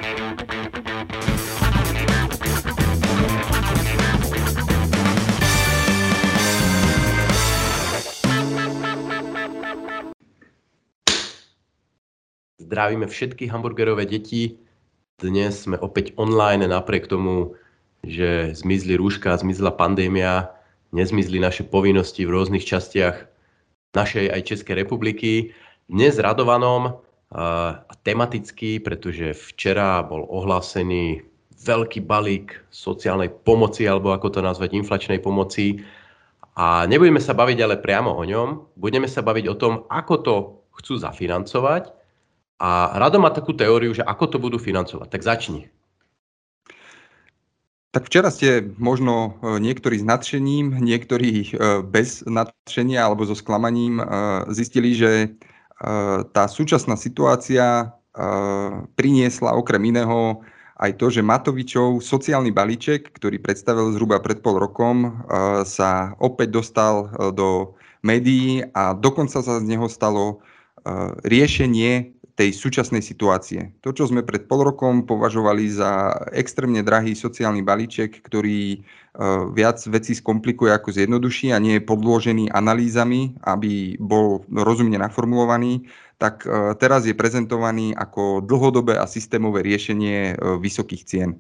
Zdravíme všetky hamburgerové deti. Dnes sme opäť online napriek tomu, že zmizli rúška, zmizla pandémia, nezmizli naše povinnosti v rôznych častiach našej aj Českej republiky. Dnes radovanom a tematicky, pretože včera bol ohlásený veľký balík sociálnej pomoci, alebo ako to nazvať, inflačnej pomoci. A nebudeme sa baviť ale priamo o ňom, budeme sa baviť o tom, ako to chcú zafinancovať. A Rado má takú teóriu, že ako to budú financovať. Tak začni. Tak včera ste možno niektorí s nadšením, niektorí bez nadšenia alebo so sklamaním zistili, že tá súčasná situácia priniesla okrem iného aj to, že Matovičov sociálny balíček, ktorý predstavil zhruba pred pol rokom, sa opäť dostal do médií a dokonca sa z neho stalo riešenie tej súčasnej situácie. To, čo sme pred pol rokom považovali za extrémne drahý sociálny balíček, ktorý viac vecí skomplikuje ako zjednoduší a nie je podložený analýzami, aby bol rozumne naformulovaný, tak teraz je prezentovaný ako dlhodobé a systémové riešenie vysokých cien.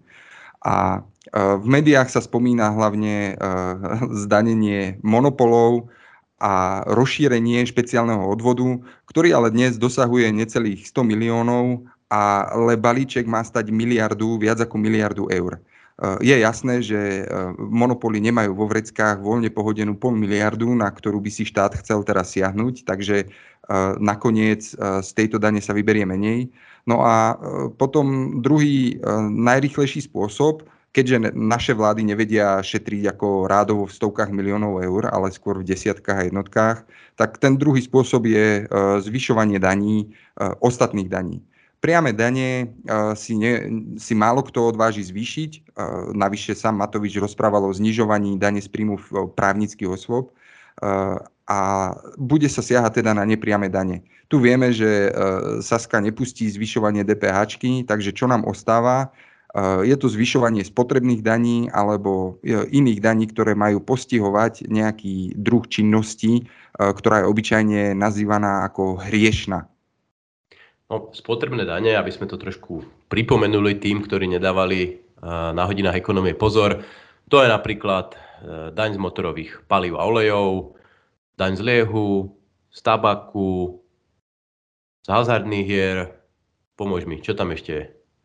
A v médiách sa spomína hlavne zdanenie monopolov a rozšírenie špeciálneho odvodu, ktorý ale dnes dosahuje necelých 100 miliónov, ale balíček má stať viac ako miliardu eur. Je jasné, že monopoly nemajú vo vreckách voľne pohodenú 0,5 miliardu, na ktorú by si štát chcel teraz siahnuť, takže nakoniec z tejto dane sa vyberie menej. No a potom druhý najrýchlejší spôsob, keďže naše vlády nevedia šetriť ako rádovo v stovkách miliónov eur, ale skôr v desiatkách a jednotkách, tak ten druhý spôsob je zvyšovanie daní, ostatných daní. Priame dane si málo kto odváži zvýšiť. Navyše sám Matovič rozprával o znižovaní dane z príjmu právnických osôb a bude sa siahať teda na nepriame dane. Tu vieme, že Saska nepustí zvyšovanie DPH-čky, takže čo nám ostáva? Je to zvyšovanie spotrebných daní alebo iných daní, ktoré majú postihovať nejaký druh činnosti, ktorá je obyčajne nazývaná ako hriešna. No, spotrebné dane, aby sme to trošku pripomenuli tým, ktorí nedávali na hodinách ekonomie pozor, to je napríklad daň z motorových palív a olejov, daň z liehu, z tabaku, z hazardných hier. Pomôž mi, čo tam ešte je?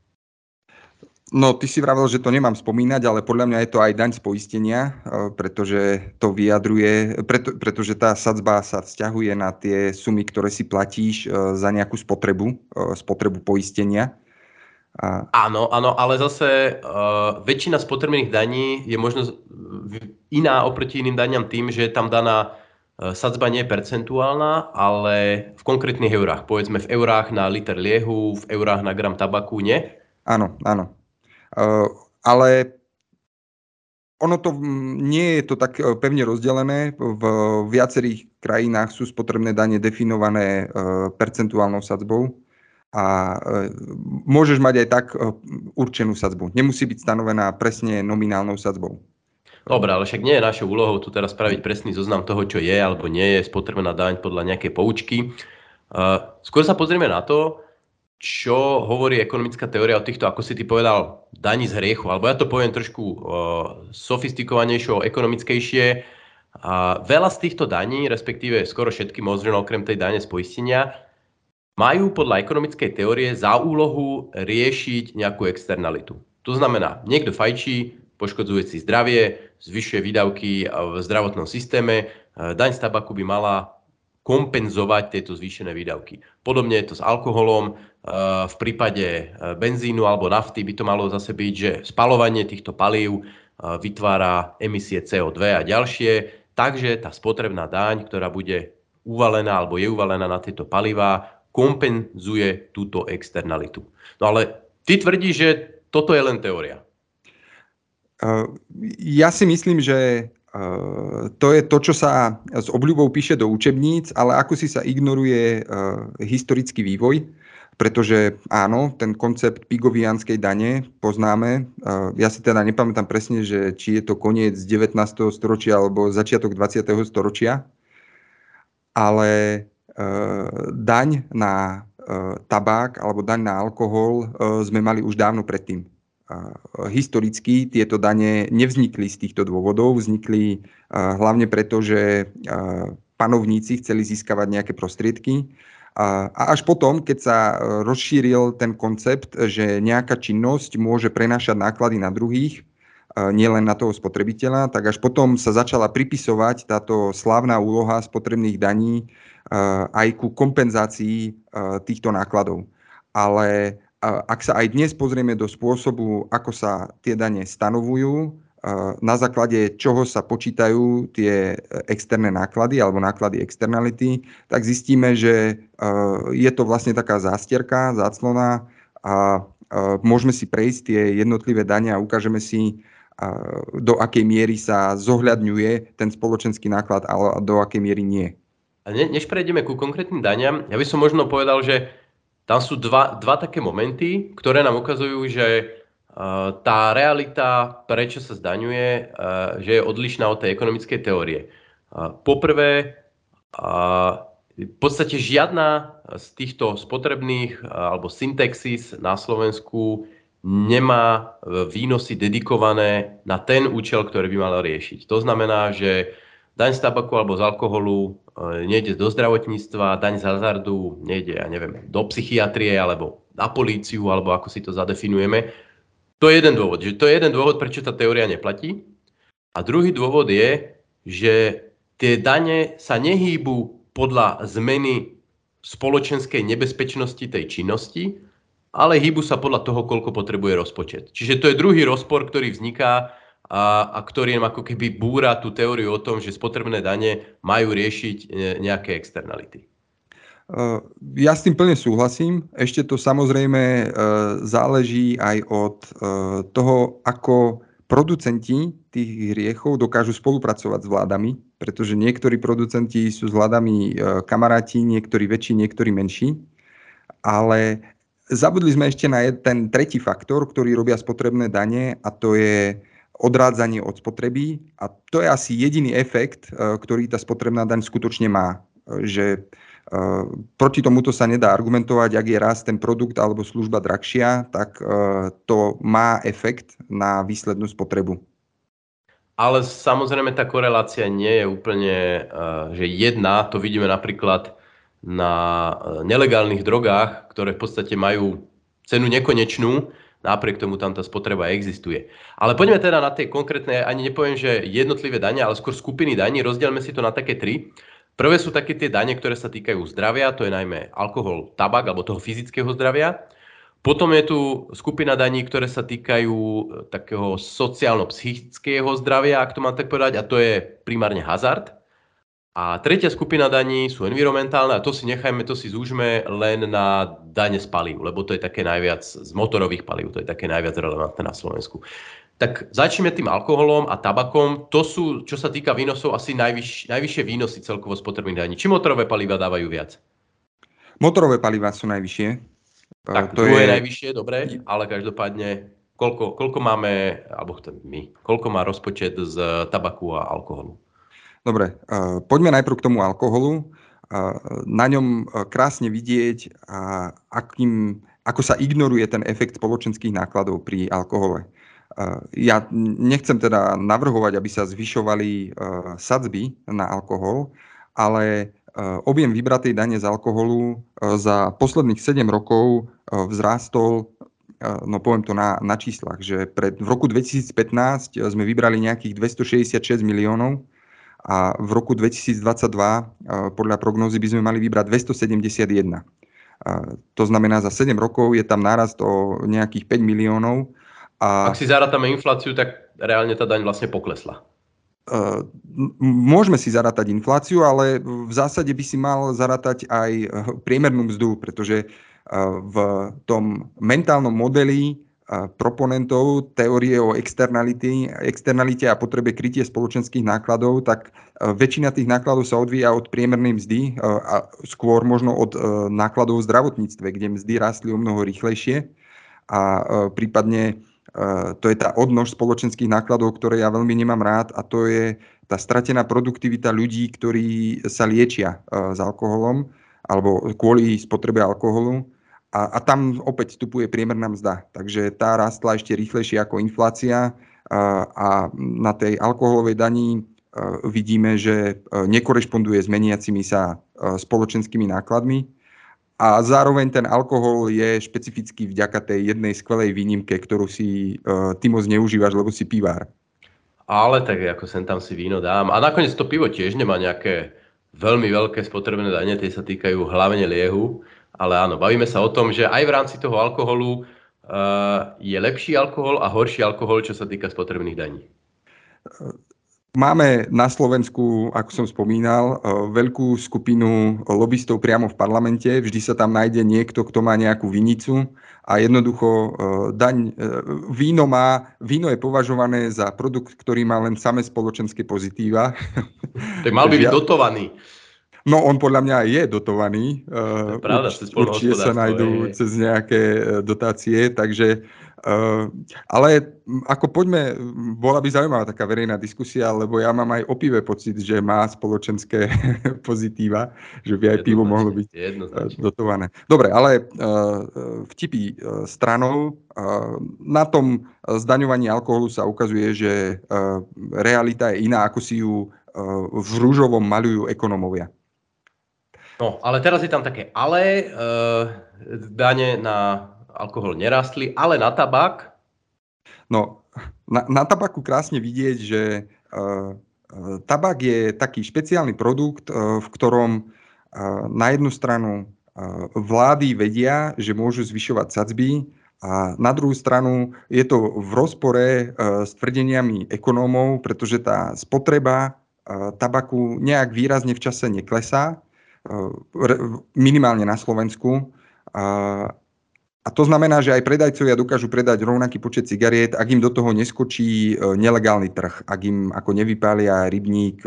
No, ty si vravel, že to nemám spomínať, ale podľa mňa je to aj daň z poistenia, pretože to vyjadruje, pretože tá sadzba sa vzťahuje na tie sumy, ktoré si platíš za nejakú spotrebu poistenia. Áno, ale zase väčšina spotrebných daní je možno iná oproti iným daniam tým, že je tam daná sadzba nie je percentuálna, ale v konkrétnych eurách. Povedzme v eurách na liter liehu, v eurách na gram tabaku, nie? Áno. Ale ono to nie je to tak pevne rozdelené. V viacerých krajinách sú spotrebné dane definované percentuálnou sadzbou a môžeš mať aj tak určenú sadzbu. Nemusí byť stanovená presne nominálnou sadzbou. Dobre, ale však nie je našou úlohou tu teraz spraviť presný zoznam toho, čo je alebo nie je spotrebná daň podľa nejakej poučky. Skôr sa pozrieme na to, čo hovorí ekonomická teória o týchto, ako si ty povedal, daní z hriechu. Alebo ja to poviem trošku sofistikovanejšie, ekonomickejšie. Veľa z týchto daní, respektíve skoro všetky, možno okrem tej dane z poistenia, majú podľa ekonomickej teórie za úlohu riešiť nejakú externalitu. To znamená, niekto fajčí, poškodzuje si zdravie, zvyšuje výdavky v zdravotnom systéme, daň z tabaku by mala kompenzovať tieto zvýšené výdavky. Podobne je to s alkoholom. V prípade benzínu alebo nafty by to malo zase byť, že spaľovanie týchto palív vytvára emisie CO2 a ďalšie. Takže tá spotrebná daň, ktorá bude uvalená alebo je uvalená na tieto palivá, kompenzuje túto externalitu. No ale ty tvrdíš, že toto je len teória. Ja si myslím, že to je to, čo sa s obľubou píše do učebníc, ale ako si sa ignoruje historický vývoj. Pretože áno, ten koncept pigovianskej dane poznáme. Ja si teda nepamätám presne, že či je to koniec 19. storočia alebo začiatok 20. storočia, ale daň na tabák alebo daň na alkohol sme mali už dávno predtým. Historicky tieto dane nevznikli z týchto dôvodov, vznikli hlavne preto, že panovníci chceli získavať nejaké prostriedky. A až potom, keď sa rozšíril ten koncept, že nejaká činnosť môže prenášať náklady na druhých, nielen na toho spotrebiteľa, tak až potom sa začala pripisovať táto slávna úloha spotrebných daní aj ku kompenzácii týchto nákladov. Ale ak sa aj dnes pozrieme do spôsobu, ako sa tie dane stanovujú, na základe čoho sa počítajú tie externé náklady alebo náklady externality, tak zistíme, že je to vlastne taká zástierka, záclona a môžeme si prejsť tie jednotlivé dane a ukážeme si, do akej miery sa zohľadňuje ten spoločenský náklad a do akej miery nie. A než prejdeme ku konkrétnym daniam, ja by som možno povedal, že tam sú dva také momenty, ktoré nám ukazujú, že tá realita, prečo sa zdaňuje, že je odlišná od tej ekonomickej teórie. Poprvé, v podstate žiadna z týchto spotrebných alebo syntexis na Slovensku nemá výnosy dedikované na ten účel, ktorý by mala riešiť. To znamená, že daň z tabaku alebo z alkoholu nejde do zdravotníctva, daň z hazardu nejde, ja neviem, do psychiatrie alebo na políciu, alebo ako si to zadefinujeme. To je jeden dôvod, že to je jeden dôvod, prečo tá teória neplatí. A druhý dôvod je, že tie dane sa nehýbu podľa zmeny spoločenskej nebezpečnosti tej činnosti, ale hýbu sa podľa toho, koľko potrebuje rozpočet. Čiže to je druhý rozpor, ktorý vzniká a ktorý nám ako keby búra tú teóriu o tom, že spotrebné dane majú riešiť nejaké externality. Ja s tým plne súhlasím. Ešte to samozrejme záleží aj od toho, ako producenti tých hriechov dokážu spolupracovať s vládami, pretože niektorí producenti sú s vládami kamaráti, niektorí väčší, niektorí menší. Ale zabudli sme ešte na ten tretí faktor, ktorý robia spotrebné dane, a to je odrádzanie od spotreby. A to je asi jediný efekt, ktorý tá spotrebná daň skutočne má. Že proti tomuto sa nedá argumentovať, ak je raz ten produkt alebo služba drahšia, tak to má efekt na výslednú spotrebu. Ale samozrejme tá korelácia nie je úplne že jedna. To vidíme napríklad na nelegálnych drogách, ktoré v podstate majú cenu nekonečnú, napriek tomu tam tá spotreba existuje. Ale poďme teda na tie konkrétne, ani nepoviem, že jednotlivé dane, ale skôr skupiny daní. Rozdielme si to na také tri. Prvé sú také tie dane, ktoré sa týkajú zdravia, to je najmä alkohol, tabak alebo toho fyzického zdravia. Potom je tu skupina daní, ktoré sa týkajú takého sociálno-psychického zdravia, ak to mám tak povedať, a to je primárne hazard. A tretia skupina daní sú environmentálne, a to si nechajme, to si zúžme len na dane z palív, lebo to je také najviac z motorových palív, to je také najviac relevantné na Slovensku. Tak začneme tým alkoholom a tabakom. To sú, čo sa týka výnosov, asi najvyššie výnosy celkovo spotrebných daní. Či motorové palíva dávajú viac? Motorové palíva sú najvyššie. Tak to je najvyššie, dobre, ale každopádne, koľko máme, alebo koľko má rozpočet z tabaku a alkoholu? Dobre, poďme najprv k tomu alkoholu. Na ňom krásne vidieť, ako sa ignoruje ten efekt spoločenských nákladov pri alkohole. Ja nechcem teda navrhovať, aby sa zvyšovali sadzby na alkohol, ale objem vybratej dane z alkoholu za posledných 7 rokov vzrástol, no poviem to na číslach, že v roku 2015 sme vybrali nejakých 266 miliónov a v roku 2022 podľa prognózy by sme mali vybrať 271. To znamená, za 7 rokov je tam nárast o nejakých 5 miliónov. Ak si zarátame infláciu, tak reálne tá daň vlastne poklesla. Môžeme si zarátať infláciu, ale v zásade by si mal zarátať aj priemernú mzdu, pretože v tom mentálnom modeli proponentov teórie o externalite a potrebe krytie spoločenských nákladov, tak väčšina tých nákladov sa odvíja od priemernej mzdy a skôr možno od nákladov v zdravotníctve, kde mzdy rástli o mnoho rýchlejšie a prípadne to je tá odnož spoločenských nákladov, ktoré ja veľmi nemám rád, a to je tá stratená produktivita ľudí, ktorí sa liečia s alkoholom alebo kvôli spotrebe alkoholu. A tam opäť vstupuje priemerná mzda. Takže tá rástla ešte rýchlejšie ako inflácia a na tej alkoholovej dani vidíme, že nekorešponduje s meniacimi sa spoločenskými nákladmi. A zároveň ten alkohol je špecifický vďaka tej jednej skvelej výnimke, ktorú si ty moc neužívaš, lebo si pivár. Ale tak ako sem tam si víno dám. A nakoniec to pivo tiež nemá nejaké veľmi veľké spotrebné dane, tie sa týkajú hlavne liehu. Ale áno, bavíme sa o tom, že aj v rámci toho alkoholu je lepší alkohol a horší alkohol, čo sa týka spotrebných daní. Máme na Slovensku, ako som spomínal, veľkú skupinu lobistov priamo v parlamente. Vždy sa tam nájde niekto, kto má nejakú vinicu a jednoducho víno je považované za produkt, ktorý má len samé spoločenské pozitíva. Tak mal by byť dotovaný. No, on podľa mňa aj je dotovaný. Pravda, určite sa nájdú cez nejaké dotácie, takže ale ako poďme, bola by zaujímavá taká verejná diskusia, lebo ja mám aj o pive pocit, že má spoločenské pozitíva, že by aj pivo mohlo byť dotované. Dobre, ale vtipy stranou. Na tom zdaňovaní alkoholu sa ukazuje, že realita je iná, ako si ju v rúžovom maľujú ekonómovia. No, ale teraz je tam také ale, dane na alkohol nerastli, ale na tabák? No, na tabaku krásne vidieť, že tabák je taký špeciálny produkt, v ktorom na jednu stranu vlády vedia, že môžu zvyšovať sadzby, a na druhú stranu je to v rozpore s tvrdeniami ekonómov, pretože tá spotreba tabaku nejak výrazne v čase neklesá, minimálne na Slovensku. A to znamená, že aj predajcovia dokážu predať rovnaký počet cigariet, ak im do toho neskočí nelegálny trh, ak im ako nevypália rybník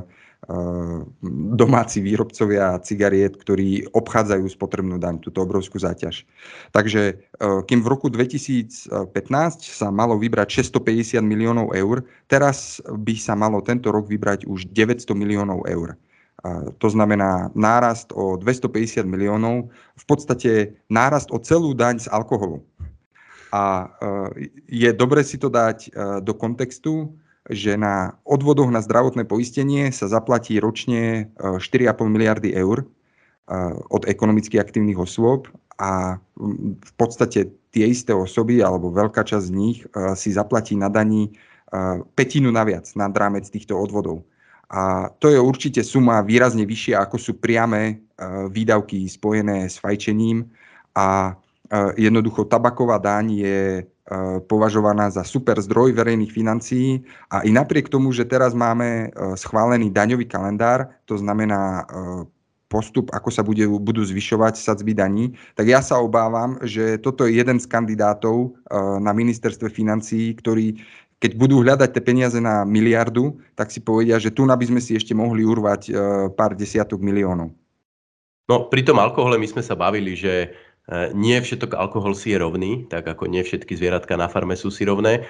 domáci výrobcovia cigariet, ktorí obchádzajú spotrebnú daň, túto obrovskú záťaž. Takže kým v roku 2015 sa malo vybrať 650 miliónov eur, teraz by sa malo tento rok vybrať už 900 miliónov eur. To znamená nárast o 250 miliónov, v podstate nárast o celú daň z alkoholu. A je dobre si to dať do kontextu, že na odvodoch na zdravotné poistenie sa zaplatí ročne 4,5 miliardy eur od ekonomicky aktívnych osôb a v podstate tie isté osoby, alebo veľká časť z nich si zaplatí na daní pätinu naviac nad rámec týchto odvodov. A to je určite suma výrazne vyššia, ako sú priame výdavky spojené s fajčením. A jednoducho tabaková daň je považovaná za super zdroj verejných financií. A i napriek tomu, že teraz máme schválený daňový kalendár, to znamená postup, ako sa budú zvyšovať sadzby daní, tak ja sa obávam, že toto je jeden z kandidátov na ministerstve financií, ktorý, keď budú hľadať tie peniaze na miliardu, tak si povedia, že tu by sme si ešte mohli urvať pár desiatok miliónov. No, pri tom alkohole my sme sa bavili, že nie všetok alkohol si je rovný, tak ako nie všetky zvieratka na farme sú si rovné.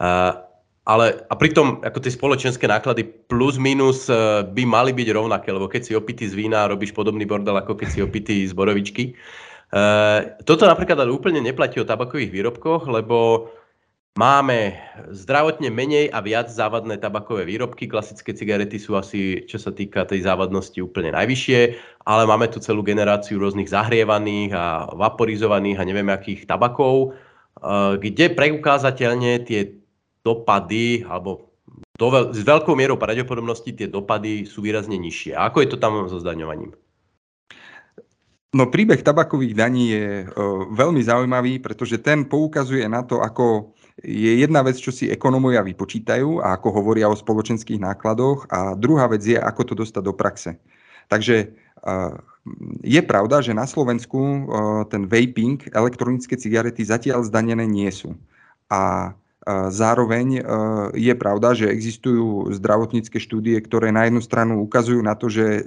A pritom ako tie spoločenské náklady plus minus by mali byť rovnaké, lebo keď si opitý z vína, robíš podobný bordel, ako keď si opitý z borovičky. Toto napríklad ale úplne neplatí o tabakových výrobkoch, lebo máme zdravotne menej a viac závadné tabakové výrobky. Klasické cigarety sú asi, čo sa týka tej závadnosti, úplne najvyššie, ale máme tu celú generáciu rôznych zahrievaných a vaporizovaných a neviem akých tabakov, kde preukázateľne tie dopady, alebo s veľkou mierou pravdepodobnosti tie dopady sú výrazne nižšie. A ako je to tam so zdaňovaním? No, príbeh tabakových daní je veľmi zaujímavý, pretože ten poukazuje na to, ako je jedna vec, čo si ekonómovia vypočítajú a ako hovoria o spoločenských nákladoch, a druhá vec je, ako to dostať do praxe. Takže Je pravda, že na Slovensku ten vaping, elektronické cigarety zatiaľ zdanené nie sú. A zároveň je pravda, že existujú zdravotnícke štúdie, ktoré na jednu stranu ukazujú na to, že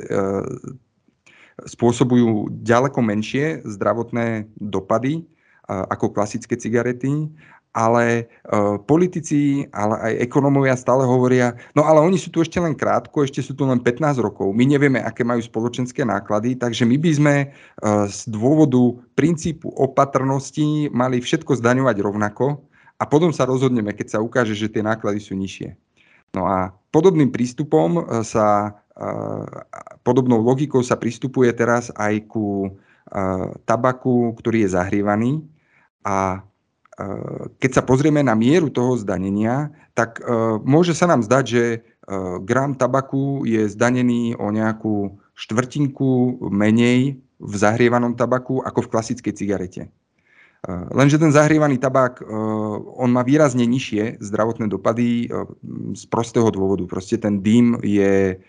spôsobujú ďaleko menšie zdravotné dopady ako klasické cigarety, ale politici, ale aj ekonómovia stále hovoria, no ale oni sú tu ešte len krátko, ešte sú tu len 15 rokov. My nevieme, aké majú spoločenské náklady, takže my by sme z dôvodu princípu opatrnosti mali všetko zdaňovať rovnako a potom sa rozhodneme, keď sa ukáže, že tie náklady sú nižšie. No a podobným prístupom podobnou logikou sa pristupuje teraz aj ku tabaku, ktorý je zahrievaný. A keď sa pozrieme na mieru toho zdanenia, tak môže sa nám zdať, že gram tabaku je zdanený o nejakú štvrtinku menej v zahrievanom tabaku ako v klasickej cigarete. Lenže ten zahrievaný tabák, on má výrazne nižšie zdravotné dopady z prostého dôvodu. Proste ten dym je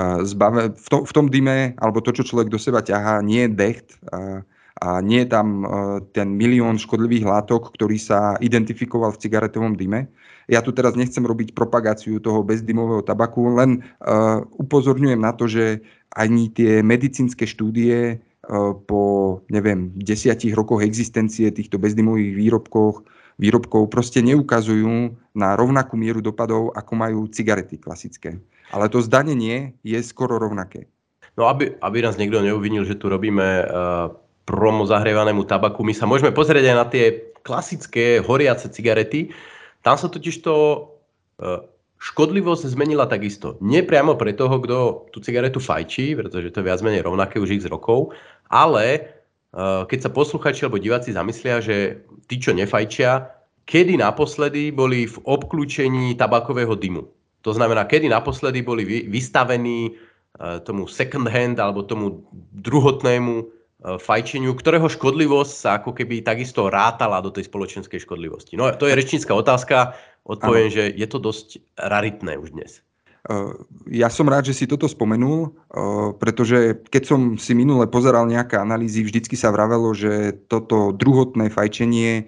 v tom dyme, alebo to, čo človek do seba ťahá, nie je decht a nie je tam ten milión škodlivých látok, ktorý sa identifikoval v cigaretovom dyme. Ja tu teraz nechcem robiť propagáciu toho bezdymového tabaku, len upozorňujem na to, že ani tie medicínske štúdie po, 10 rokoch existencie týchto bezdymových výrobkov proste neukazujú na rovnakú mieru dopadov, ako majú cigarety klasické. Ale to zdanenie je skoro rovnaké. No aby nás niekto neuvinil, že tu robíme promo zahrievanému tabaku, my sa môžeme pozrieť aj na tie klasické horiace cigarety. Tam sa totiž to škodlivosť zmenila takisto. Nie priamo pre toho, kto tú cigaretu fajčí, pretože to je viac menej rovnaké už x rokov, ale keď sa posluchači alebo diváci zamyslia, že tí, čo nefajčia, kedy naposledy boli v obklúčení tabakového dymu. To znamená, kedy naposledy boli vystavení tomu second hand alebo tomu druhotnému fajčeniu, ktorého škodlivosť sa ako keby takisto rátala do tej spoločenskej škodlivosti. No to je rečnícka otázka, odpoviem, že je to dosť raritné už dnes. Ja som rád, že si toto spomenul, pretože keď som si minule pozeral nejaké analýzy, vždycky sa vravelo, že toto druhotné fajčenie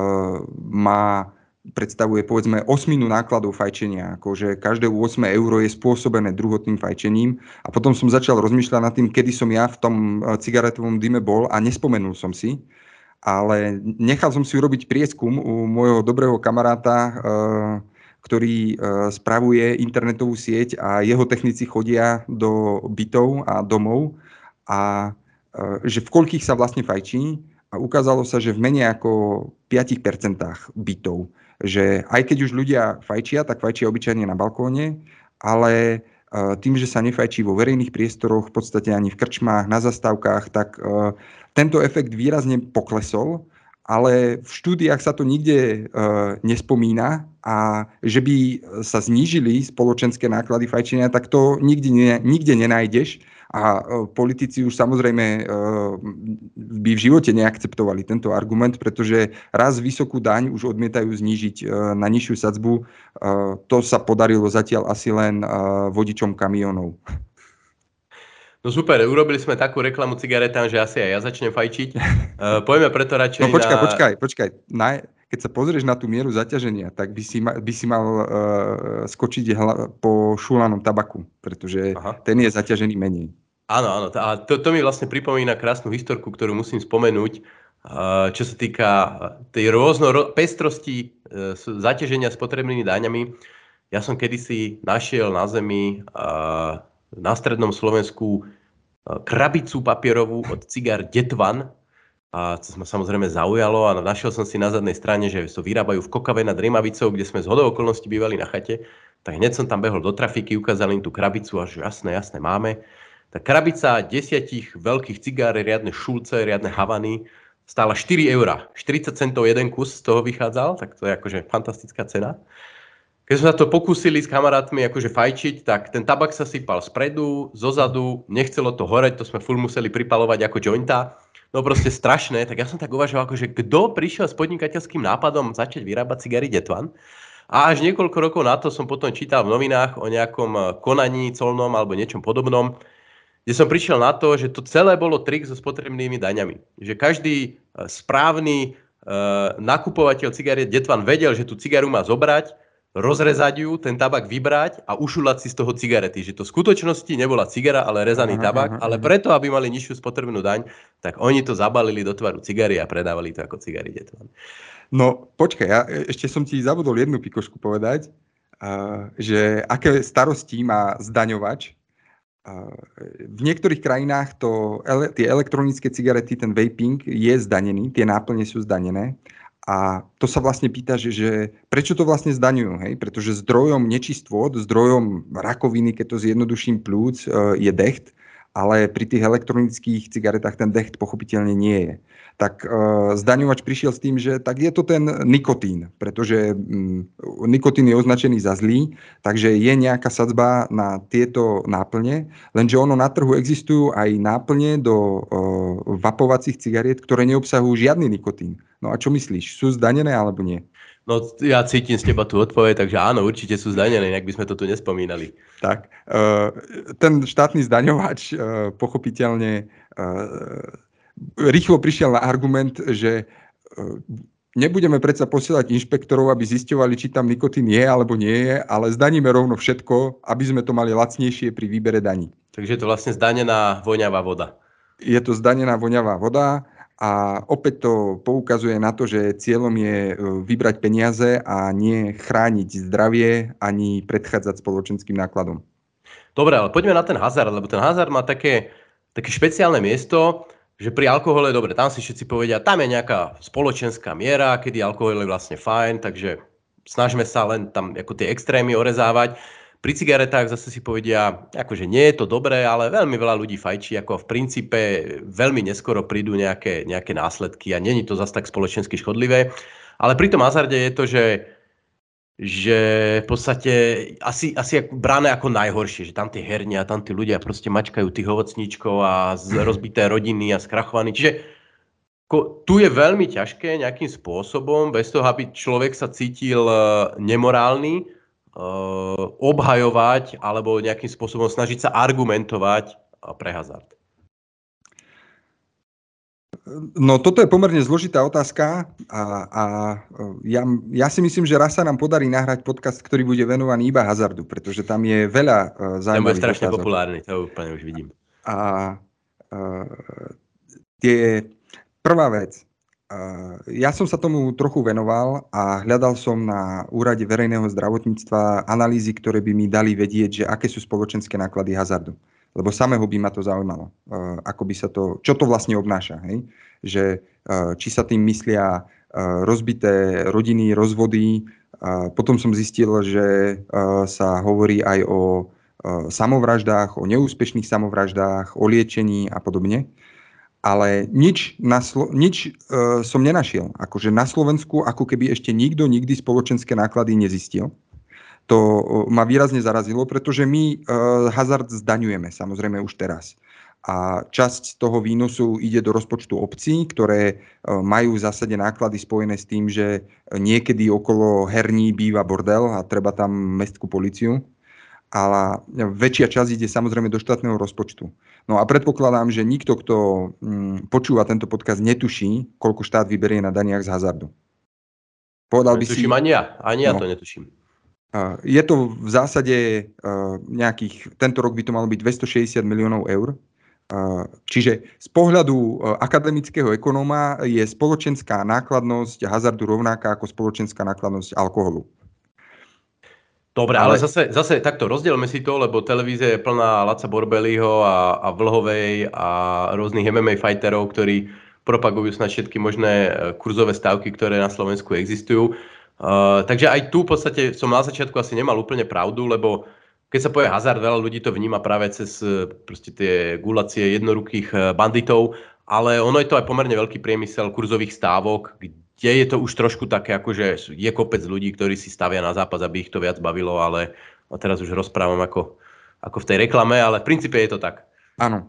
predstavuje povedzme 8 nákladov fajčenia, akože každé 8 euro je spôsobené druhotným fajčením a potom som začal rozmýšľať nad tým, kedy som ja v tom cigaretovom dyme bol a nespomenul som si, ale nechal som si urobiť prieskum u môjho dobrého kamaráta, ktorý spravuje internetovú sieť a jeho technici chodia do bytov a domov a že v koľkých sa vlastne fajčí a ukázalo sa, že v menej ako 5% bytov. Že aj keď už ľudia fajčia, tak fajčia obyčajne na balkóne, ale tým, že sa nefajčí vo verejných priestoroch, v podstate ani v krčmách, na zastávkach, tak tento efekt výrazne poklesol, ale v štúdiách sa to nikde nespomína a že by sa znížili spoločenské náklady fajčenia, tak to nikde nenájdeš. A politici už samozrejme by v živote neakceptovali tento argument, pretože raz vysokú daň už odmietajú znížiť na nižšiu sadzbu. To sa podarilo zatiaľ asi len vodičom kamionov. No super, urobili sme takú reklamu cigaretám, že asi aj ja začnem fajčiť. Poďme preto radšej počkaj. Keď sa pozrieš na tú mieru zaťaženia, tak by si mal skočiť po šúlanom tabaku, pretože ten je zaťažený menej. Áno. A to mi vlastne pripomína krásnu historku, ktorú musím spomenúť, čo sa týka tej pestrosti zaťaženia spotrebnými daňami. Ja som kedysi našiel na zemi na strednom Slovensku krabicu papierovú od cigár Detvan. A to ma samozrejme zaujalo a našiel som si na zadnej strane, že to vyrábajú v Kokave nad Rimavicou, kde sme zhodou okolností bývali na chate. Tak hneď som tam behol do trafiky, ukázal im tú krabicu a že jasné, máme. Tá krabica 10 veľkých cigár, riadne šulce, riadne havany, stála 4 €. 40 centov jeden kus z toho vychádzal, tak to je akože fantastická cena. Keď sme sa to pokúsili s kamarátmi akože fajčiť, tak ten tabak sa sypal spredu, zozadu, nechcelo to horeť, to sme furt museli pripalovať ako jointa. No proste strašné, tak ja som tak uvažoval, akože kto prišiel s podnikateľským nápadom začať vyrábať cigary Detvan. A až niekoľko rokov na to som potom čítal v novinách o nejakom konaní colnom alebo niečom podobnom, kde som prišiel na to, že to celé bolo trik so spotrebnými daňami. Že každý správny nakupovateľ cigariet detvan vedel, že tú cigaru má zobrať, rozrezať ju, ten tabak vybrať a ušulať si z toho cigarety. Že to v skutočnosti nebola cigara, ale rezaný tabak, ale preto, aby mali nižšiu spotrebnú daň, tak oni to zabalili do tvaru cigary a predávali to ako cigary detvan. No počkaj, ja ešte som ti zabudol jednu pikošku povedať, že aké starosti má zdaňovač. V niektorých krajinách tie elektronické cigarety, ten vaping je zdanený, tie náplne sú zdanené. A to sa vlastne pýta, že prečo to vlastne zdaňujú, hej? Pretože zdrojom nečistôt, zdrojom rakoviny, keď to zjednoduším plúc, je decht, ale pri tých elektronických cigaretách ten decht pochopiteľne nie je. Tak zdaňovač prišiel s tým, že tak je to ten nikotín, pretože nikotín je označený za zlý, takže je nejaká sadzba na tieto náplne, lenže ono na trhu existujú aj náplne do vapovacích cigariet, ktoré neobsahujú žiadny nikotín. No a čo myslíš, sú zdanené alebo nie? No ja cítim z teba tú odpoveď, takže áno, určite sú zdanené, inak by sme to tu nespomínali. Tak, ten štátny zdaňovač pochopiteľne rýchlo prišiel na argument, že nebudeme predsa posielať inšpektorov, aby zisťovali, či tam nikotín je alebo nie je, ale zdaníme rovno všetko, aby sme to mali lacnejšie pri výbere daní. Takže je to vlastne zdanená voňavá voda. Je to zdanená voňavá voda a opäť to poukazuje na to, že cieľom je vybrať peniaze a nie chrániť zdravie ani predchádzať spoločenským nákladom. Dobre, ale poďme na ten hazard, lebo ten hazard má také špeciálne miesto, že pri alkohole, dobre, tam si všetci povedia, tam je nejaká spoločenská miera, kedy alkohol je vlastne fajn, takže snažme sa len tam ako tie extrémy orezávať. Pri cigaretách zase si povedia, akože nie je to dobré, ale veľmi veľa ľudí fajčí, ako v princípe veľmi neskoro prídu nejaké následky a není to zase tak spoločensky škodlivé. Ale pri tom hazarde je to, že v podstate asi brané ako najhoršie, že tam tie hernie a tam tí ľudia proste mačkajú tých ovocníčkov a rozbité rodiny a skrachovaní. Čiže tu je veľmi ťažké nejakým spôsobom, bez toho, aby človek sa cítil nemorálny, obhajovať alebo nejakým spôsobom snažiť sa argumentovať pre hazard. No toto je pomerne zložitá otázka a ja si myslím, že raz sa nám podarí nahrať podcast, ktorý bude venovaný iba hazardu, pretože tam je veľa zaujímavých otázok. Ten bude strašne populárny, to úplne už vidím. Prvá vec. Ja som sa tomu trochu venoval a hľadal som na Úrade verejného zdravotníctva analýzy, ktoré by mi dali vedieť, že aké sú spoločenské náklady hazardu. Lebo samého by ma to zaujímalo. Čo to vlastne obnáša. Hej? Že, či sa tým myslia rozbité rodiny, rozvody. Potom som zistil, že sa hovorí aj o samovraždách, o neúspešných samovraždách, o liečení a podobne. Ale nič som nenašiel. Akože na Slovensku ako keby ešte nikto nikdy spoločenské náklady nezistil. To ma výrazne zarazilo, pretože my hazard zdaňujeme, samozrejme už teraz. A časť toho výnosu ide do rozpočtu obcí, ktoré majú v zásade náklady spojené s tým, že niekedy okolo herní býva bordel a treba tam mestskú políciu. Ale väčšia časť ide samozrejme do štátneho rozpočtu. No a predpokladám, že nikto, kto počúva tento podcast, netuší, koľko štát vyberie na daniach z hazardu. Povedal by si... Ani ja to netuším. Je to v zásade tento rok by to malo byť 260 miliónov eur. Čiže z pohľadu akademického ekonóma je spoločenská nákladnosť hazardu rovnaká ako spoločenská nákladnosť alkoholu. Dobre, ale zase takto rozdielme si to, lebo televízia je plná Laca Borbeliho a Vlhovej a rôznych MMA fighterov, ktorí propagujú snad všetky možné kurzové stavky, ktoré na Slovensku existujú. Takže aj tu v podstate som na začiatku asi nemal úplne pravdu, lebo keď sa povie hazard, veľa ľudí to vníma práve cez proste tie guľacie jednorukých banditov, ale ono je to aj pomerne veľký priemysel kurzových stávok, kde je to už trošku také, akože je kopec ľudí, ktorí si stavia na zápas, aby ich to viac bavilo, ale teraz už rozprávam ako v tej reklame, ale v princípe je to tak. Áno.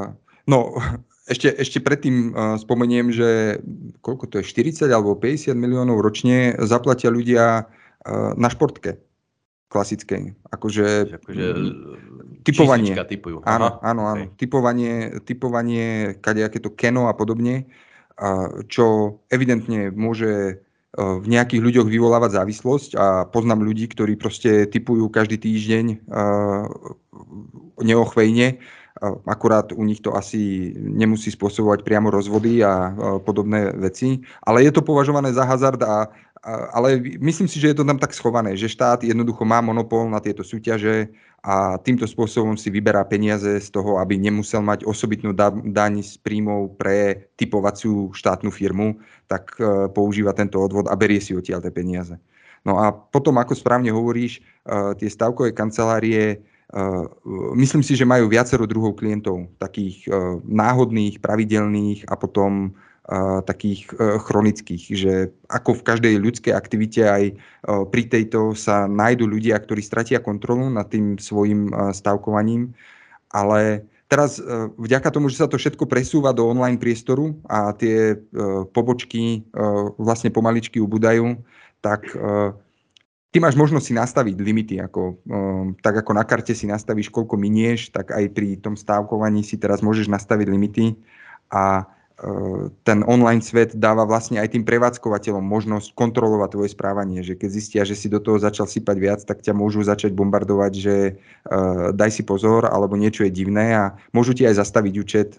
Ešte predtým spomeniem, že koľko to je, 40 alebo 50 miliónov ročne zaplatia ľudia na športke klasickej. Typovanie. Číslička typujú. Áno. Okay. Typovanie, kadejaké to Keno a podobne, čo evidentne môže v nejakých ľuďoch vyvolávať závislosť a poznám ľudí, ktorí proste typujú každý týždeň neochvejne. Akurát u nich to asi nemusí spôsobovať priamo rozvody a podobné veci. Ale je to považované za hazard ale myslím si, že je to tam tak schované, že štát jednoducho má monopol na tieto súťaže a týmto spôsobom si vyberá peniaze z toho, aby nemusel mať osobitnú daň z príjmov pre typovaciu štátnu firmu, tak používa tento odvod a berie si odtiaľ tie peniaze. No a potom, ako správne hovoríš, tie stavkové kancelárie, myslím si, že majú viacero druhov klientov, takých náhodných, pravidelných a potom takých chronických, že ako v každej ľudskej aktivite aj pri tejto sa nájdú ľudia, ktorí stratia kontrolu nad tým svojim stavkovaním, ale teraz vďaka tomu, že sa to všetko presúva do online priestoru a tie pobočky vlastne pomaličky ubúdajú, tak ty máš možnosť si nastaviť limity, tak ako na karte si nastavíš, koľko minieš, tak aj pri tom stávkovaní si teraz môžeš nastaviť limity a ten online svet dáva vlastne aj tým prevádzkovateľom možnosť kontrolovať tvoje správanie, že keď zistia, že si do toho začal sypať viac, tak ťa môžu začať bombardovať, že daj si pozor, alebo niečo je divné a môžu ti aj zastaviť účet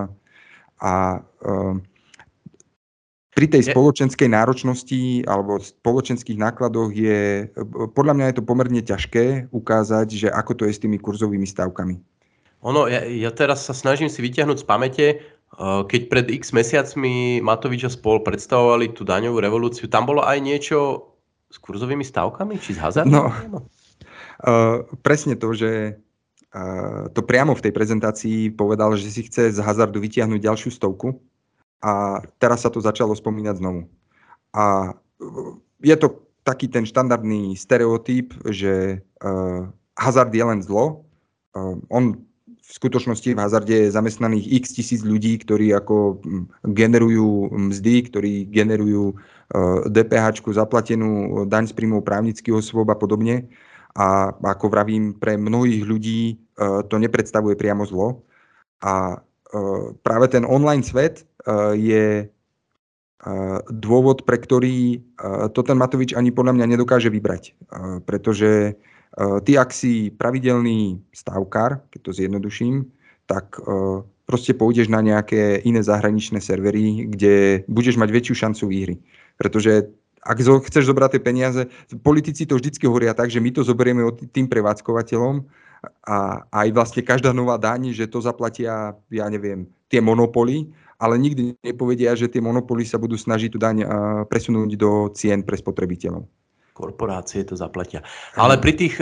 pri tej spoločenskej náročnosti alebo spoločenských nákladoch je, podľa mňa je to pomerne ťažké ukázať, že ako to je s tými kurzovými stávkami. Ja teraz sa snažím si vyťahnuť z pamäte, keď pred x mesiacmi Matovič a spol predstavovali tú daňovú revolúciu, tam bolo aj niečo s kurzovými stávkami? Či s hazardom? No, presne to, že to priamo v tej prezentácii povedal, že si chce z hazardu vytiahnuť ďalšiu stovku a teraz sa to začalo spomínať znovu. A je to taký ten štandardný stereotyp, že hazard je len zlo. V skutočnosti v hazarde je zamestnaných x tisíc ľudí, ktorí ako generujú mzdy, ktorí generujú DPH, zaplatenú daň z príjmov právnických osôb a podobne. A ako vravím, pre mnohých ľudí to nepredstavuje priamo zlo. A práve ten online svet je dôvod, pre ktorý to ten Matovič ani podľa mňa nedokáže vybrať. Pretože ty, ak si pravidelný stávkar, keď to zjednoduším, tak proste pôjdeš na nejaké iné zahraničné servery, kde budeš mať väčšiu šancu výhry. Pretože ak chceš zobrať tie peniaze, politici to vždycky hovoria tak, že my to zoberieme od tým prevádzkovateľom a aj vlastne každá nová daň, že to zaplatia, ja neviem, tie monopoly, ale nikdy nepovedia, že tie monopoly sa budú snažiť tú daň presunúť do cien pre spotrebiteľov. Korporácie to zaplatia. Ale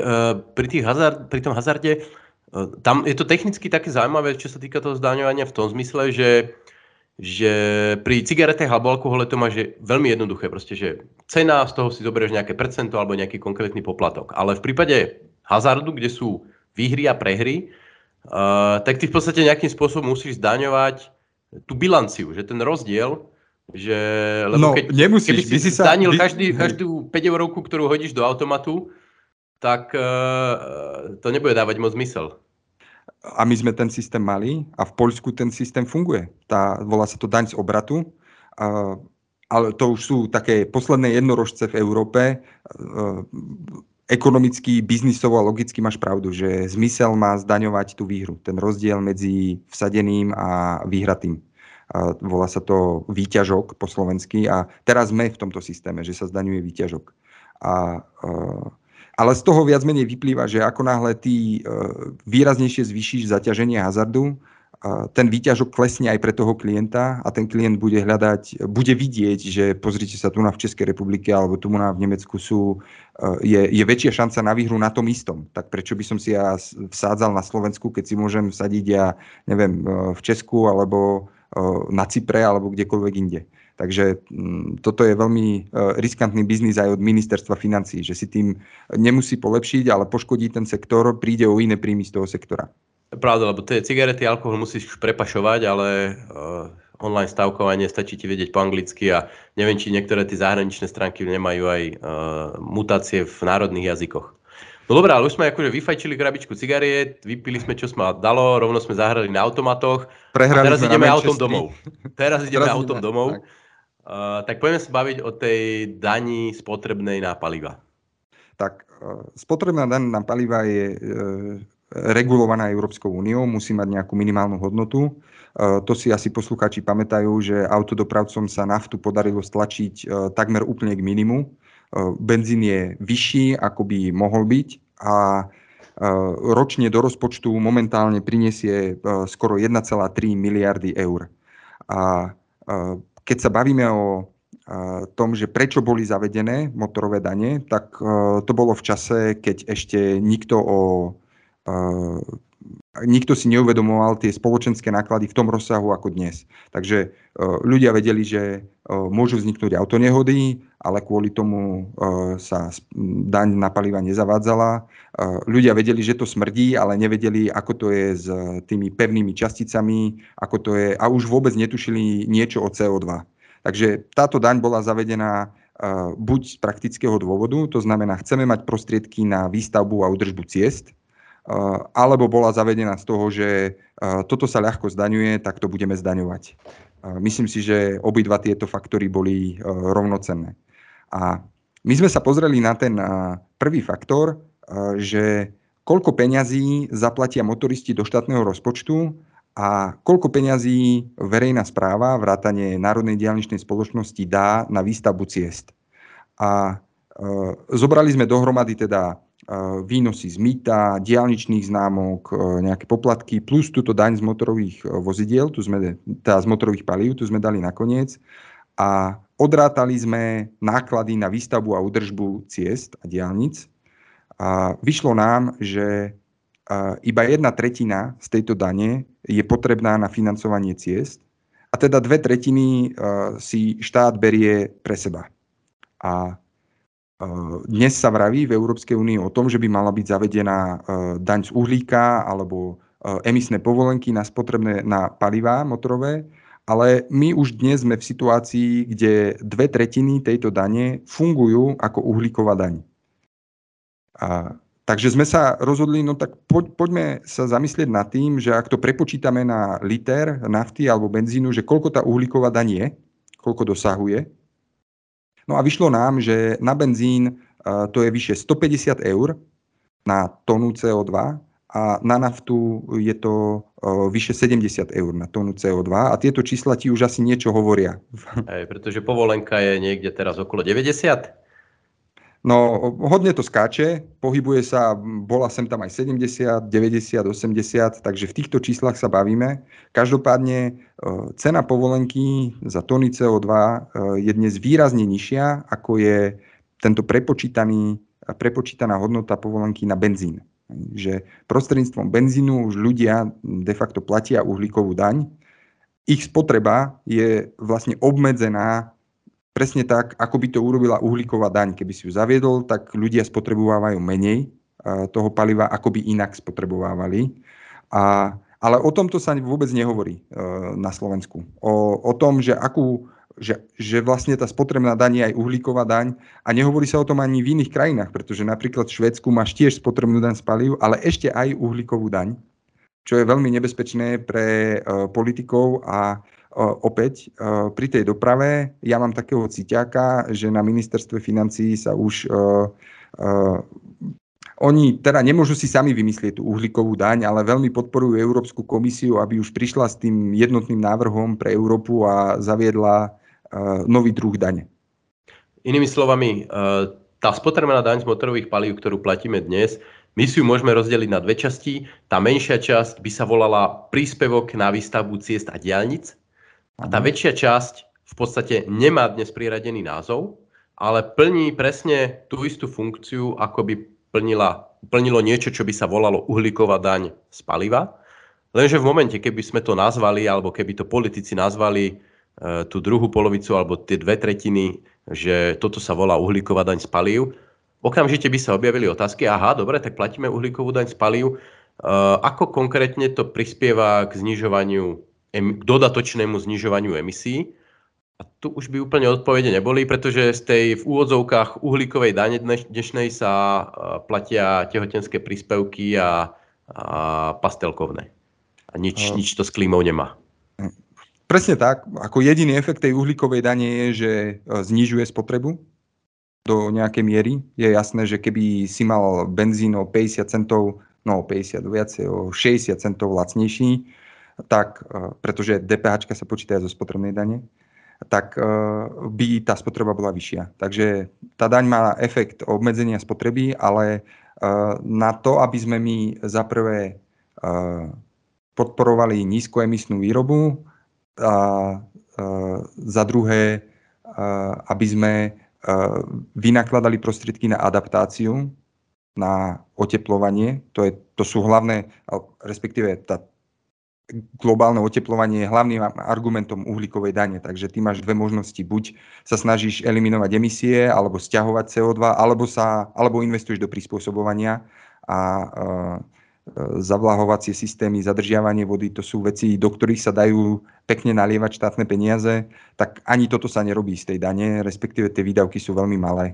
pri tom hazarde, tam je to technicky také zaujímavé, čo sa týka toho zdaňovania v tom zmysle, že pri cigaretách alebo alkohole to máš veľmi jednoduché. Proste, že cena, z toho si zoberieš nejaké percento alebo nejaký konkrétny poplatok. Ale v prípade hazardu, kde sú výhry a prehry, tak ty v podstate nejakým spôsobom musíš zdaňovať tú bilanciu, že ten rozdiel, lebo keby si zdanil každú 5 eurovku, ktorú hodíš do automatu, tak to nebude dávať moc zmysel. A my sme ten systém mali a v Poľsku ten systém funguje. Volá sa to daň z obratu, ale to už sú také posledné jednorožce v Európe. Ekonomicky, biznisovo a logicky máš pravdu, že zmysel má zdaňovať tú výhru. Ten rozdiel medzi vsadeným a vyhratým. Volá sa to výťažok po slovensky a teraz sme v tomto systéme, že sa zdaňuje výťažok. Ale z toho viac menej vyplýva, že ako náhle ty výraznejšie zvýšiš zaťaženie hazardu, ten výťažok klesne aj pre toho klienta a ten klient bude vidieť, že pozrite sa tu v Českej republike alebo tu v Nemecku je väčšia šanca na výhru na tom istom. Tak prečo by som si ja vsádzal na Slovensku, keď si môžem vsadiť v Česku alebo na Cypre alebo kdekoľvek inde. Takže toto je veľmi riskantný biznis aj od ministerstva financií, že si tým nemusí polepšiť, ale poškodí ten sektor, príde o iné príjmy z toho sektora. Pravda, lebo tie cigarety, alkohol musíš už prepašovať, ale online stavkovanie stačí ti vedieť po anglicky a neviem, či niektoré tie zahraničné stránky nemajú aj mutácie v národných jazykoch. No dobré, ale už sme akože vyfajčili krabičku cigariet, vypili sme, čo sme dalo, rovno sme zahrali na automatoch a Prehrali teraz sme na ideme autom Manchestri. domov. Teraz ideme autom domov. Tak. Tak poďme sa baviť o tej dani spotrebnej na paliva. Tak spotrebná daň na paliva je regulovaná Európskou úniou, musí mať nejakú minimálnu hodnotu. To si asi poslucháči pamätajú, že autodopravcom sa naftu podarilo stlačiť takmer úplne k minimu. Benzín je vyšší, ako by mohol byť a ročne do rozpočtu momentálne prinesie skoro 1,3 miliardy eur. A keď sa bavíme o tom, že prečo boli zavedené motorové dane, tak to bolo v čase, keď ešte nikto si neuvedomoval tie spoločenské náklady v tom rozsahu ako dnes. Takže ľudia vedeli, že môžu vzniknúť autonehody, ale kvôli tomu sa daň na paliva nezavádzala. Ľudia vedeli, že to smrdí, ale nevedeli, ako to je s tými pevnými časticami, ako to je, a už vôbec netušili niečo o CO2. Takže táto daň bola zavedená buď z praktického dôvodu, to znamená, chceme mať prostriedky na výstavbu a údržbu ciest, alebo bola zavedená z toho, že toto sa ľahko zdaňuje, tak to budeme zdaňovať. Myslím si, že obidva tieto faktory boli rovnocenné. A my sme sa pozreli na ten prvý faktor, že koľko peňazí zaplatia motoristi do štátneho rozpočtu a koľko peňazí verejná správa, vrátane Národnej diaľničnej spoločnosti dá na výstavbu ciest. A zobrali sme dohromady teda výnosy z mýta, diaľničných známok, nejaké poplatky, plus túto daň z motorových vozidiel, teda z motorových palív, tu sme dali nakoniec. A odrátali sme náklady na výstavbu a údržbu ciest a diaľnic. A vyšlo nám, že iba 1/3 z tejto dane je potrebná na financovanie ciest a teda 2/3 si štát berie pre seba. A dnes sa vraví v Európskej únii o tom, že by mala byť zavedená daň z uhlíka alebo emisné povolenky na palivá motorové, ale my už dnes sme v situácii, kde 2/3 tejto dane fungujú ako uhlíková daň. Takže sme sa rozhodli, no tak poďme sa zamyslieť nad tým, že ak to prepočítame na liter nafty alebo benzínu, že koľko tá uhlíková daň je, koľko dosahuje. No a vyšlo nám, že na benzín to je vyše 150 eur na tonu CO2 a na naftu je to vyše 70 eur na tonu CO2 a tieto čísla ti už asi niečo hovoria. Pretože povolenka je niekde teraz okolo 90? No, hodne to skáče, pohybuje sa, bola sem tam aj 70, 90, 80, takže v týchto číslach sa bavíme. Každopádne cena povolenky za tony CO2 je dnes výrazne nižšia, ako je tento prepočítaná hodnota povolenky na benzín. Že prostredníctvom benzínu už ľudia de facto platia uhlíkovú daň. Ich spotreba je vlastne obmedzená presne tak, ako by to urobila uhlíková daň. Keby si ju zaviedol, tak ľudia spotrebovávajú menej toho paliva, ako by inak spotrebovávali. Ale o tomto sa vôbec nehovorí na Slovensku. O tom, že vlastne tá spotrebná daň je aj uhlíková daň a nehovorí sa o tom ani v iných krajinách, pretože napríklad v Švédsku máš tiež spotrebnú daň z palív, ale ešte aj uhlíkovú daň, čo je veľmi nebezpečné pre politikov a opäť pri tej doprave ja mám takého cíťaka, že na ministerstve financií sa už oni teda nemôžu si sami vymyslieť tú uhlíkovú daň, ale veľmi podporujú Európsku komisiu, aby už prišla s tým jednotným návrhom pre Európu a zaviedla nový druh dane. Inými slovami, tá spotrebná daň z motorových palív, ktorú platíme dnes, my si ju môžeme rozdeliť na dve časti. Tá menšia časť by sa volala príspevok na výstavbu ciest a diaľnic. A tá väčšia časť v podstate nemá dnes priradený názov, ale plní presne tú istú funkciu, ako by plnilo niečo, čo by sa volalo uhlíková daň z paliva. Lenže v momente, keby sme to nazvali, alebo keby to politici nazvali tú druhú polovicu, alebo tie 2/3, že toto sa volá uhlíková daň z palív, okamžite by sa objavili otázky, aha, dobre, tak platíme uhlíkovú daň z palív. Ako konkrétne to prispieva k dodatočnému znižovaniu emisí? A tu už by úplne odpovede neboli, pretože z tej v úvodzovkách uhlíkovej dane dnešnej sa platia tehotenské príspevky a pastelkovné. A nič to s klímou nemá. Presne tak. Ako jediný efekt tej uhlíkovej dane je, že znižuje spotrebu do nejakej miery. Je jasné, že keby si mal benzín o 50 centov, no 50 viacej, o 60 centov lacnejší, tak, pretože DPH sa počíta aj zo spotrebnej dane, tak by tá spotreba bola vyššia. Takže tá daň má efekt obmedzenia spotreby, ale na to, aby sme my za prvé podporovali nízkoemisnú výrobu a za druhé, aby sme vynakladali prostriedky na adaptáciu, na oteplovanie. To sú hlavné, respektíve tá globálne oteplovanie je hlavným argumentom uhlíkovej dane. Takže ty máš dve možnosti. Buď sa snažíš eliminovať emisie, alebo sťahovať CO2, alebo investuješ do prispôsobovania a zavlahovacie systémy, zadržiavanie vody, to sú veci, do ktorých sa dajú pekne nalievať štátne peniaze, tak ani toto sa nerobí z tej dane, respektíve tie výdavky sú veľmi malé.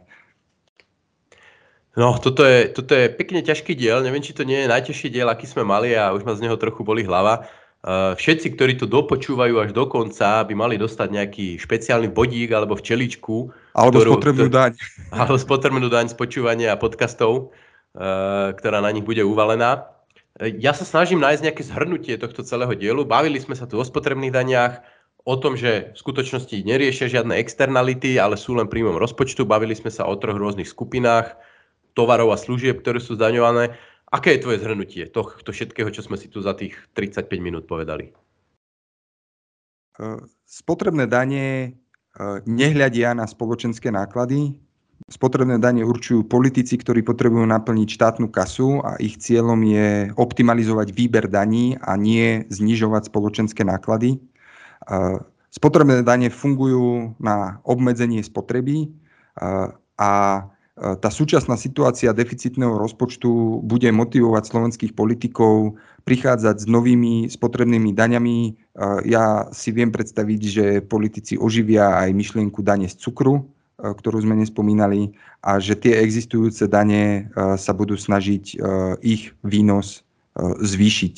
No, toto je pekne ťažký diel, neviem, či to nie je najťažší diel, aký sme mali a už ma z neho trochu boli hlava. Všetci, ktorí to dopočúvajú až do konca, by mali dostať nejaký špeciálny bodík alebo včeličku. Alebo spotrebnú daň. Alebo spotrebnú daň z počúvania podcastov, ktorá na nich bude uvalená. Ja sa snažím nájsť nejaké zhrnutie tohto celého dielu. Bavili sme sa tu o spotrebných daniach, o tom, že v skutočnosti neriešia žiadne externality, ale sú len príjmom rozpočtu. Bavili sme sa o 3 rôznych skupinách tovarov a služieb, ktoré sú zdaňované. Aké je tvoje zhrnutie tohto všetkého, čo sme si tu za tých 35 minút povedali? Spotrebné dane nehľadia na spoločenské náklady. Spotrebné dane určujú politici, ktorí potrebujú naplniť štátnu kasu a ich cieľom je optimalizovať výber daní a nie znižovať spoločenské náklady. Spotrebné dane fungujú na obmedzenie spotreby a tá súčasná situácia deficitného rozpočtu bude motivovať slovenských politikov prichádzať s novými spotrebnými daňami. Ja si viem predstaviť, že politici oživia aj myšlienku dane z cukru, ktorú sme nespomínali, a že tie existujúce dane sa budú snažiť ich výnos zvýšiť.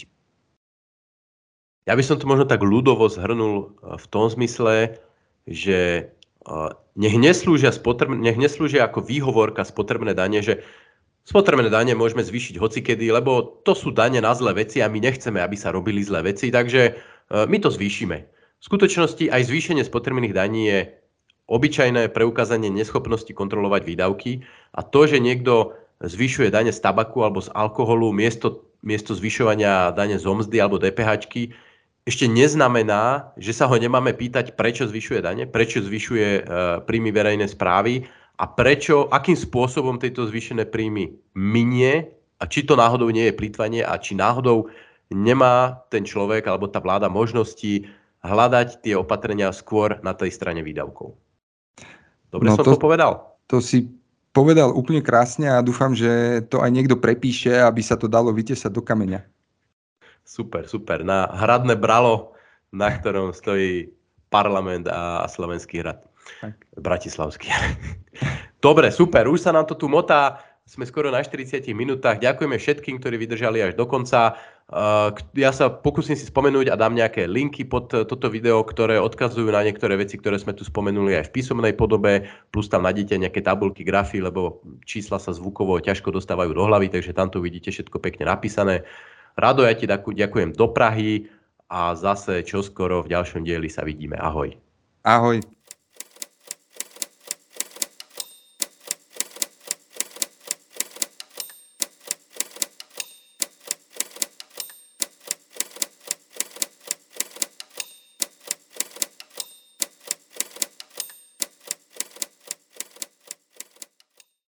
Ja by som to možno tak ľudovo zhrnul v tom zmysle, že nech neslúžia ako výhovorka spotrebné dane, že spotrebné dane môžeme zvýšiť hocikedy, lebo to sú dane na zlé veci a my nechceme, aby sa robili zlé veci, takže my to zvýšime. V skutočnosti aj zvýšenie spotrebných daní je obyčajné preukázanie neschopnosti kontrolovať výdavky a to, že niekto zvyšuje dane z tabaku alebo z alkoholu miesto zvyšovania dane z mzdy alebo DPH-čky, ešte neznamená, že sa ho nemáme pýtať, prečo zvyšuje dane, prečo zvyšuje príjmy verejnej správy a akým spôsobom tieto zvýšené príjmy minie a či to náhodou nie je plytvanie a či náhodou nemá ten človek alebo tá vláda možnosti hľadať tie opatrenia skôr na tej strane výdavkov. Dobre som to povedal? To si povedal úplne krásne a dúfam, že to aj niekto prepíše, aby sa to dalo vytesať do kameňa. Super. Na hradné bralo, na ktorom stojí parlament a Slovenský hrad. Tak. Bratislavský. Dobre, super. Už sa nám to tu motá. Sme skoro na 40 minútach. Ďakujeme všetkým, ktorí vydržali až do konca. Ja sa pokúsim si spomenúť a dám nejaké linky pod toto video, ktoré odkazujú na niektoré veci, ktoré sme tu spomenuli aj v písomnej podobe. Plus tam nájdete nejaké tabulky, grafy, lebo čísla sa zvukovo ťažko dostávajú do hlavy, takže tam to vidíte všetko pekne napísané. Rado, ja ti ďakujem do Prahy a zase čoskoro v ďalšom dieli sa vidíme. Ahoj. Ahoj.